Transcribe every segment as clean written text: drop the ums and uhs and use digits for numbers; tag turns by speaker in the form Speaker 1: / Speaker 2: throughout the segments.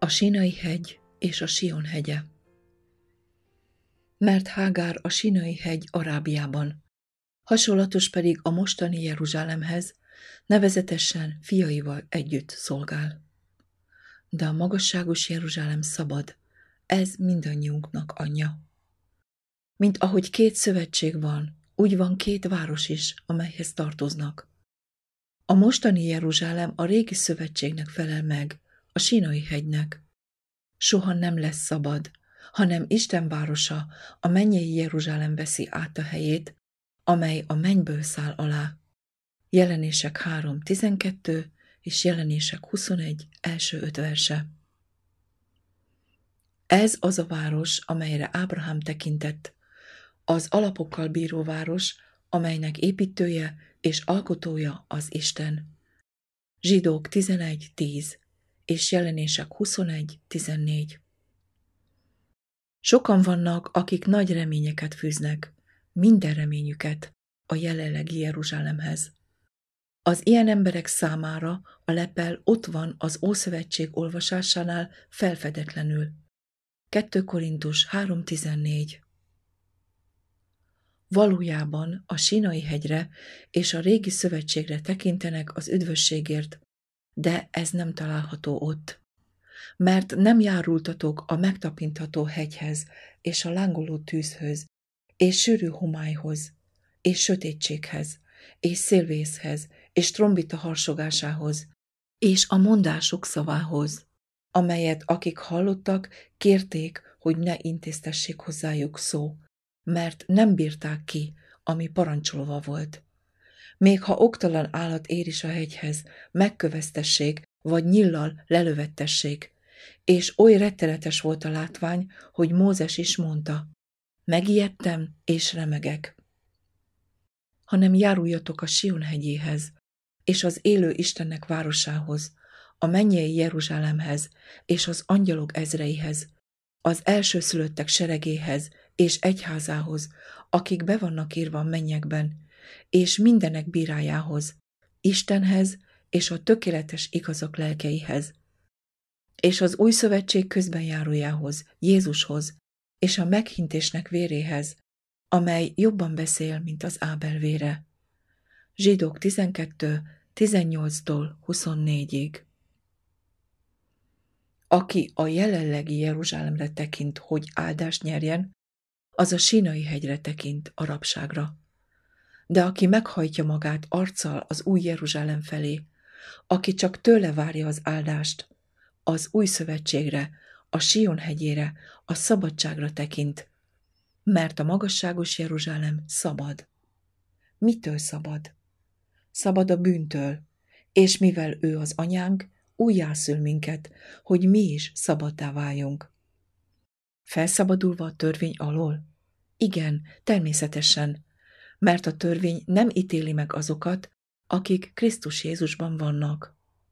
Speaker 1: A Sínai hegy és a Sion hegye. Mert Hágár a Sínai hegy Arábiában, hasonlatos pedig a mostani Jeruzsálemhez, nevezetesen fiaival együtt szolgál. De a magasságos Jeruzsálem szabad, ez mindannyiunknak anyja. Mint ahogy két szövetség van, úgy van két város is, amelyhez tartoznak. A mostani Jeruzsálem a régi szövetségnek felel meg, a Sínai hegynek. Soha nem lesz szabad, hanem Isten városa, a mennyei Jeruzsálem veszi át a helyét, amely a mennyből száll alá. Jelenések 3:12 és Jelenések 21 első 5 verse. Ez az a város, amelyre Ábrahám tekintett, az alapokkal bíró város, amelynek építője és alkotója az Isten. Zsidók 11:10 és Jelenések 21:14. Sokan vannak, akik nagy reményeket fűznek, minden reményüket a jelenlegi Jeruzsálemhez. Az ilyen emberek számára a lepel ott van az Ószövetség olvasásánál felfedetlenül. 2 Korintus 3:14. Valójában a Sínai hegyre és a régi szövetségre tekintenek az üdvösségért, de ez nem található ott. Mert nem járultatok a megtapintható hegyhez, és a lángoló tűzhöz, és sűrű homályhoz, és sötétséghez, és szélvészhez, és trombita harsogásához, és a mondások szavához, amelyet akik hallottak, kérték, hogy ne intéztessék hozzájuk szó, mert nem bírták ki, ami parancsolva volt. Még ha oktalan állat ér is a hegyhez, megköveztessék, vagy nyillal lelövettessék, és oly rettenetes volt a látvány, hogy Mózes is mondta, megijedtem és remegek. Hanem járuljatok a Sion hegyéhez, és az élő Istennek városához, a mennyei Jeruzsálemhez, és az angyalok ezreihez, az elsőszülöttek seregéhez, és egyházához, akik be vannak írva a mennyekben, és mindenek bírájához, Istenhez, és a tökéletes igazak lelkeihez, és az új szövetség közbenjárójához, Jézushoz, és a meghintésnek véréhez, amely jobban beszél, mint az Ábel vére. Zsidók 12:18-tól 24-ig. Aki a jelenlegi Jeruzsálemre tekint, hogy áldást nyerjen, az a Sínai hegyre tekint, a rabságra. De aki meghajtja magát arccal az új Jeruzsálem felé, aki csak tőle várja az áldást, az új szövetségre, a Sion hegyére, a szabadságra tekint, mert a magasságos Jeruzsálem szabad. Mitől szabad? Szabad a bűntől, és mivel ő az anyánk, újjászül minket, hogy mi is szabaddá váljunk. Felszabadulva a törvény alól? Igen, természetesen, mert a törvény nem ítéli meg azokat, akik Krisztus Jézusban vannak.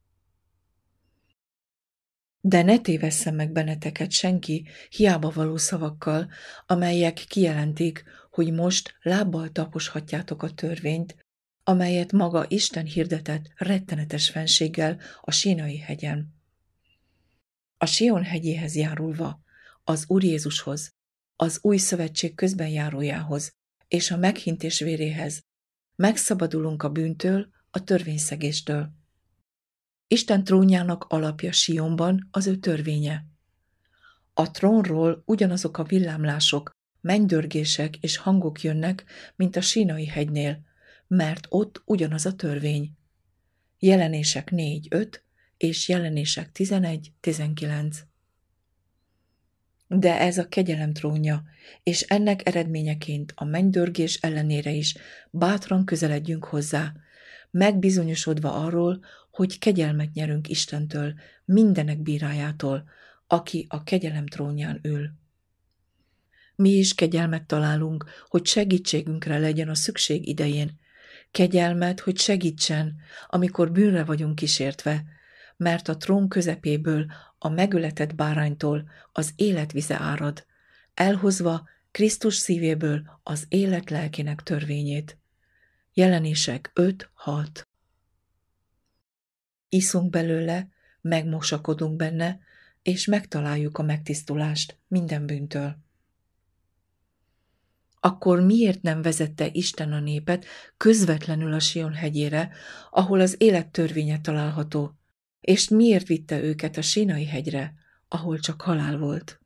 Speaker 1: De ne tévesszem meg benneteket senki hiába való szavakkal, amelyek kijelentik, hogy most lábbal taposhatjátok a törvényt, amelyet maga Isten hirdetett rettenetes fenséggel a Sínai hegyen. A Sion hegyéhez járulva, az Úr Jézushoz, az új szövetség közbenjárójához és a meghintés véréhez megszabadulunk a bűntől, a törvényszegéstől. Isten trónjának alapja Sionban az ő törvénye. A trónról ugyanazok a villámlások, mennydörgések és hangok jönnek, mint a Sínai hegynél, mert ott ugyanaz a törvény. Jelenések 4:5 és Jelenések 11:19. De ez a kegyelem trónja, és ennek eredményeként a mennydörgés ellenére is bátran közeledjünk hozzá, megbizonyosodva arról, hogy kegyelmet nyerünk Istentől, mindenek bírájától, aki a kegyelem trónján ül. Mi is kegyelmet találunk, hogy segítségünkre legyen a szükség idején, kegyelmet, hogy segítsen, amikor bűnre vagyunk kísértve, mert a trón közepéből, a megöletett báránytól az életvize árad, elhozva Krisztus szívéből az élet lelkének törvényét. Jelenések 5:6. Iszunk belőle, megmosakodunk benne, és megtaláljuk a megtisztulást minden bűntől. Akkor miért nem vezette Isten a népet közvetlenül a Sion hegyére, ahol az élet törvénye található, és miért vitte őket a Sínai hegyre, ahol csak halál volt?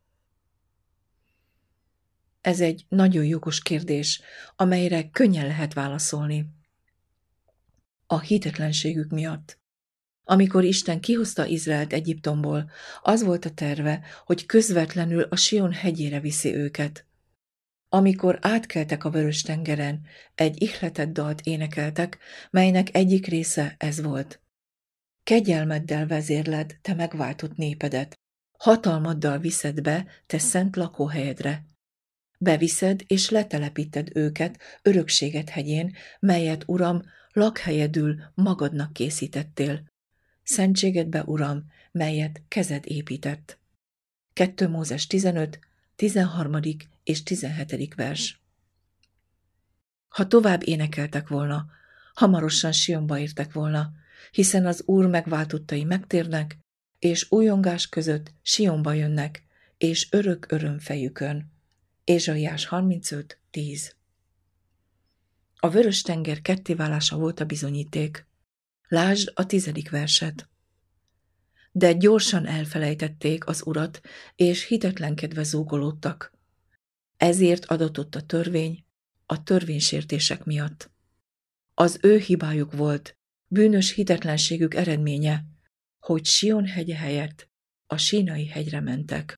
Speaker 1: Ez egy nagyon jogos kérdés, amelyre könnyen lehet válaszolni. A hitetlenségük miatt. Amikor Isten kihozta Izraelt Egyiptomból, az volt a terve, hogy közvetlenül a Sion hegyére viszi őket. Amikor átkeltek a Vörös-tengeren, egy ihletett dalt énekeltek, melynek egyik része ez volt. Kegyelmeddel vezérled, te megváltott népedet, hatalmaddal viszed be, te szent lakóhelyedre. Beviszed és letelepíted őket örökséget hegyén, melyet, Uram, lakhelyedül magadnak készítettél. Szentségedbe, Uram, melyet kezed épített. 2 Mózes 15, 13. és 17. vers. Ha tovább énekeltek volna, hamarosan Sionba értek volna, hiszen az Úr megváltottai megtérnek, és újongás között Sionba jönnek, és örök öröm fejükön. Ézsaiás 35, 10. A Vörös-tenger kettéválása volt a bizonyíték. Lásd a 10. verset. De gyorsan elfelejtették az Urat, és hitetlenkedve zúgolódtak. Ezért adatott a törvény, a törvénysértések miatt. Az ő hibájuk volt, bűnös hitetlenségük eredménye, hogy Sion hegye helyett a Sínai hegyre mentek.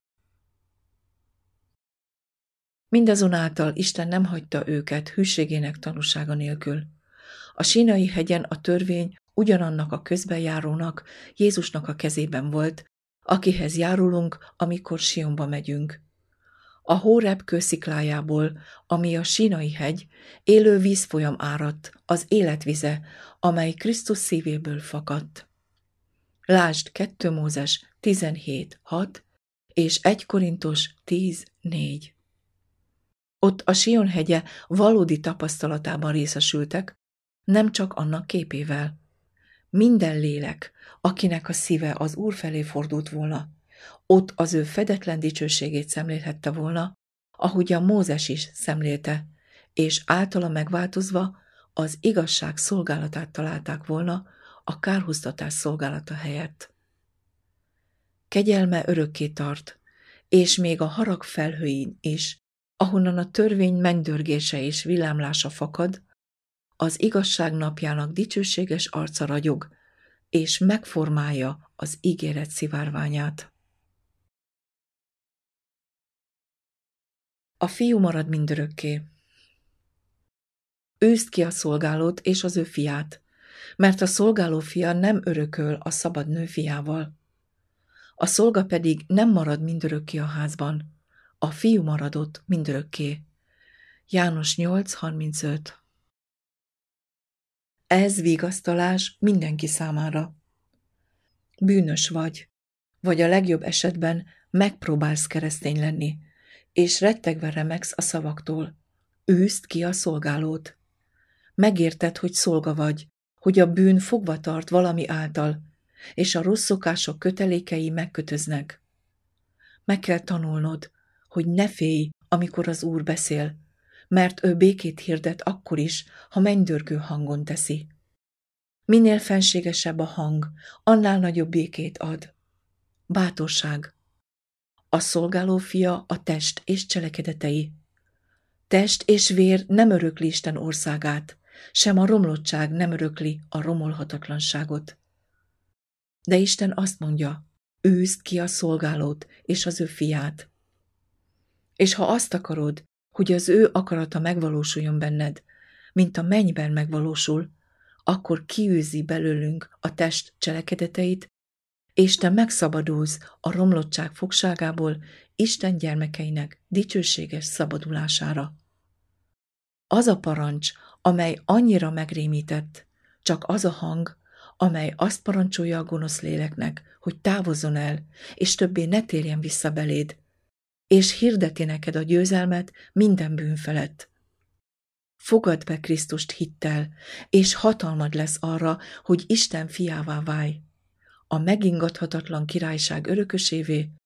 Speaker 1: Mindazonáltal Isten nem hagyta őket hűségének tanúsága nélkül. A Sínai hegyen a törvény ugyanannak a közbenjárónak, Jézusnak a kezében volt, akihez járulunk, amikor Sionba megyünk. A Hóreb kősziklájából, ami a Sínai hegy, élő vízfolyam áradt, az életvize, amely Krisztus szívéből fakadt. Lásd 2 Mózes 17, 6 és 1 Korintus 10, 4. Ott a Sion hegye valódi tapasztalatában részesültek, nem csak annak képével. Minden lélek, akinek a szíve az Úr felé fordult volna, ott az ő fedetlen dicsőségét szemlélhette volna, ahogyan Mózes is szemlélte, és általa megváltozva az igazság szolgálatát találták volna a kárhoztatás szolgálata helyett. Kegyelme örökké tart, és még a harag felhőin is, ahonnan a törvény mennydörgése és villámlása fakad, az igazság napjának dicsőséges arca ragyog, és megformálja az ígéret szivárványát. A fiú marad mindörökké. Űzd ki a szolgálót és az ő fiát, mert a szolgáló fia nem örököl a szabad nő fiával. A szolga pedig nem marad mindörökké a házban, a fiú maradott mindörökké. János 8:35. Ez vigasztalás mindenki számára. Bűnös vagy a legjobb esetben megpróbálsz keresztény lenni, és rettegve remegsz a szavaktól. Űzd ki a szolgálót. Megérted, hogy szolga vagy, hogy a bűn fogva tart valami által, és a rossz szokások kötelékei megkötöznek. Meg kell tanulnod, hogy ne félj, amikor az Úr beszél, mert ő békét hirdet akkor is, ha mennydörgő hangon teszi. Minél fenségesebb a hang, annál nagyobb békét ad. Bátorság. A szolgáló fia a test és cselekedetei. Test és vér nem örökli Isten országát, sem a romlottság nem örökli a romolhatatlanságot. De Isten azt mondja, űzd ki a szolgálót és az ő fiát. És ha azt akarod, hogy az ő akarata megvalósuljon benned, mint a mennyben megvalósul, akkor kiűzi belőlünk a test cselekedeteit, és te megszabadulsz a romlottság fogságából Isten gyermekeinek dicsőséges szabadulására. Az a parancs, amely annyira megrémített, csak az a hang, amely azt parancsolja a gonosz léleknek, hogy távozzon el, és többé ne térjen vissza beléd, és hirdeti neked a győzelmet minden bűn felett. Fogadd be Krisztust hittel, és hatalmad lesz arra, hogy Isten fiává válj, a megingathatatlan királyság örökösévé,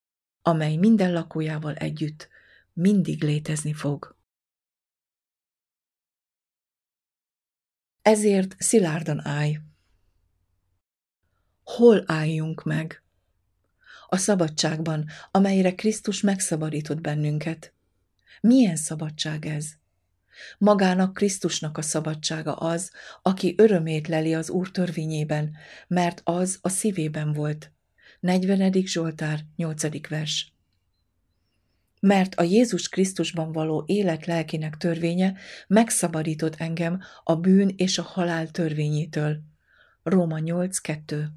Speaker 1: amely minden lakójával együtt mindig létezni fog. Ezért szilárdan állj. Hol álljunk meg? A szabadságban, amelyre Krisztus megszabadított bennünket. Milyen szabadság ez? Magának Krisztusnak a szabadsága az, aki örömét leli az Úr törvényében, mert az a szívében volt. 40. Zsoltár, 8. vers. Mert a Jézus Krisztusban való élet lelkének törvénye megszabadított engem a bűn és a halál törvényétől. Róma 8.2.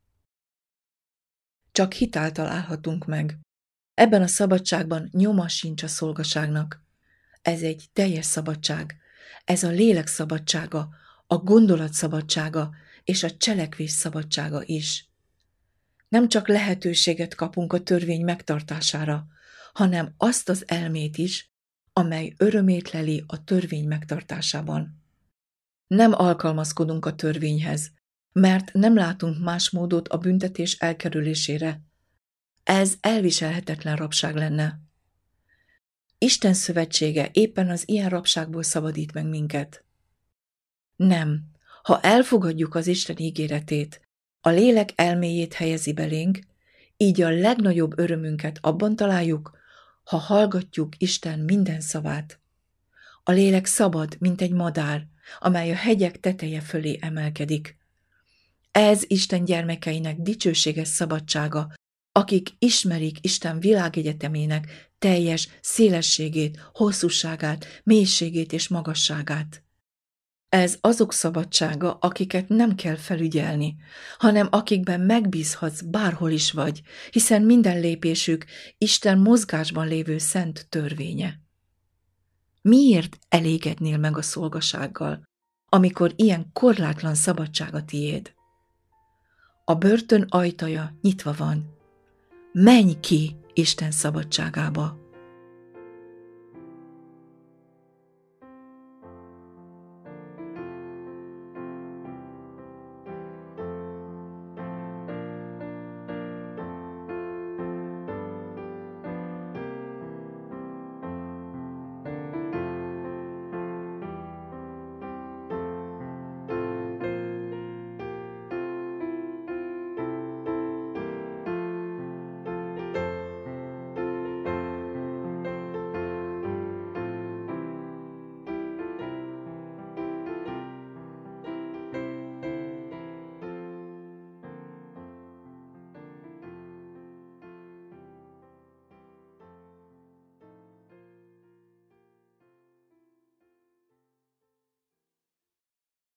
Speaker 1: Csak hit által állhatunk meg. Ebben a szabadságban nyoma sincs a szolgaságnak. Ez egy teljes szabadság. Ez a lélek szabadsága, a gondolat szabadsága és a cselekvés szabadsága is. Nem csak lehetőséget kapunk a törvény megtartására, hanem azt az elmét is, amely örömét leli a törvény megtartásában. Nem alkalmazkodunk a törvényhez, mert nem látunk más módot a büntetés elkerülésére. Ez elviselhetetlen rabság lenne. Isten szövetsége éppen az ilyen rabságból szabadít meg minket. Nem, ha elfogadjuk az Isten ígéretét, a lélek elméjét helyezi belénk, így a legnagyobb örömünket abban találjuk, ha hallgatjuk Isten minden szavát. A lélek szabad, mint egy madár, amely a hegyek teteje fölé emelkedik. Ez Isten gyermekeinek dicsőséges szabadsága, akik ismerik Isten világegyetemének teljes szélességét, hosszúságát, mélységét és magasságát. Ez azok szabadsága, akiket nem kell felügyelni, hanem akikben megbízhatsz bárhol is vagy, hiszen minden lépésük Isten mozgásban lévő szent törvénye. Miért elégednél meg a szolgasággal, amikor ilyen korlátlan szabadság a tiéd? A börtön ajtaja nyitva van. Menj ki Isten szabadságába!